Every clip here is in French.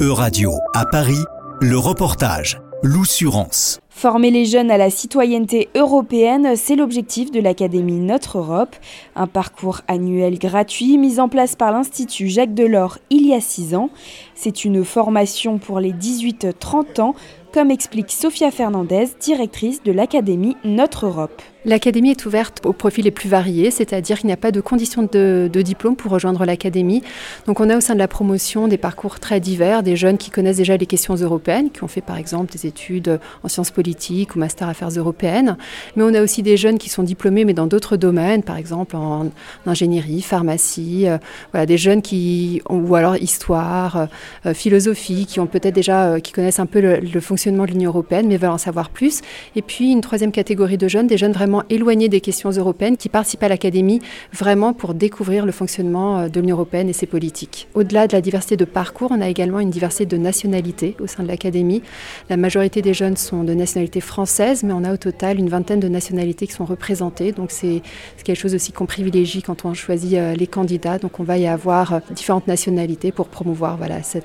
Euradio à Paris, le reportage, l'Oussurance. Former les jeunes à la citoyenneté européenne, c'est l'objectif de l'Académie Notre Europe. Un parcours annuel gratuit mis en place par l'Institut Jacques Delors il y a 6 ans. C'est une formation pour les 18-30 ans, comme explique Sophia Fernandez, directrice de l'Académie Notre Europe. L'Académie est ouverte aux profils les plus variés, c'est-à-dire qu'il n'y a pas de conditions de diplôme pour rejoindre l'Académie. Donc on a au sein de la promotion des parcours très divers, des jeunes qui connaissent déjà les questions européennes, qui ont fait par exemple des études en sciences politiques ou master affaires européennes. Mais on a aussi des jeunes qui sont diplômés mais dans d'autres domaines, par exemple en ingénierie, pharmacie, des jeunes ou alors histoire, philosophie, qui ont peut-être déjà, qui connaissent un peu le fonctionnement de l'Union européenne mais veulent en savoir plus. Et puis une troisième catégorie de jeunes, des jeunes vraiment éloignés des questions européennes qui participent à l'Académie vraiment pour découvrir le fonctionnement de l'Union européenne et ses politiques. Au-delà de la diversité de parcours, on a également une diversité de nationalités au sein de l'Académie. La majorité des jeunes sont de nationalité française, mais on a au total une vingtaine de nationalités qui sont représentées. Donc c'est quelque chose aussi qu'on privilégie quand on choisit les candidats. Donc on va y avoir différentes nationalités pour promouvoir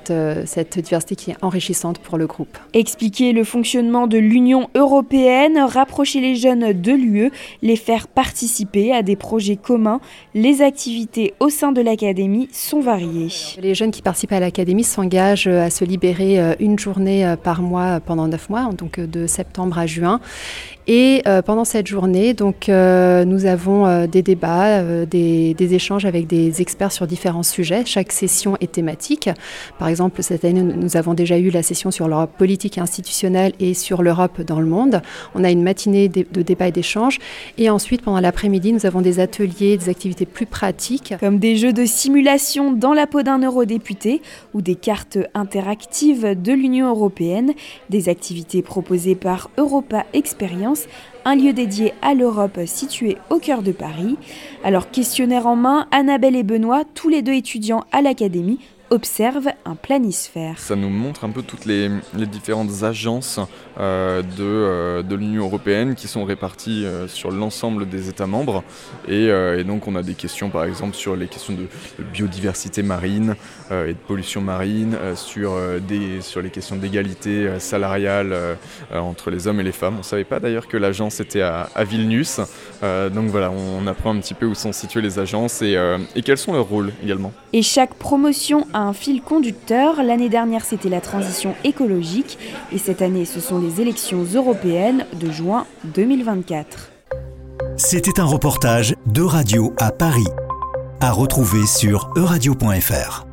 cette diversité qui est enrichissante pour le groupe. Expliquer le fonctionnement de l'Union européenne, rapprocher les jeunes de l'UE, les faire participer à des projets communs. Les activités au sein de l'Académie sont variées. Les jeunes qui participent à l'Académie s'engagent à se libérer une journée par mois pendant 9 mois, donc de septembre à juin. Et pendant cette journée, donc, nous avons des débats, des échanges avec des experts sur différents sujets. Chaque session est thématique. Par exemple, cette année, nous avons déjà eu la session sur l'Europe politique et institutionnelle et sur l'Europe dans le monde. On a une matinée de débats et d'échanges. Et ensuite, pendant l'après-midi, nous avons des ateliers, des activités plus pratiques. Comme des jeux de simulation dans la peau d'un eurodéputé ou des cartes interactives de l'Union européenne. Des activités proposées par Europa Experience, un lieu dédié à l'Europe situé au cœur de Paris. Alors, questionnaire en main, Annabelle et Benoît, tous les deux étudiants à l'Académie, observe un planisphère. Ça nous montre un peu toutes les différentes agences de l'Union européenne qui sont réparties sur l'ensemble des États membres. Et donc on a des questions par exemple sur les questions de biodiversité marine et de pollution marine, sur les questions d'égalité salariale entre les hommes et les femmes. On ne savait pas d'ailleurs que l'agence était à Vilnius. Donc voilà, on apprend un petit peu où sont situées les agences et quels sont leurs rôles également. Et chaque promotion a un fil conducteur. L'année dernière, c'était la transition écologique. Et cette année, ce sont les élections européennes de juin 2024. C'était un reportage d'Euradio à Paris. À retrouver sur euradio.fr.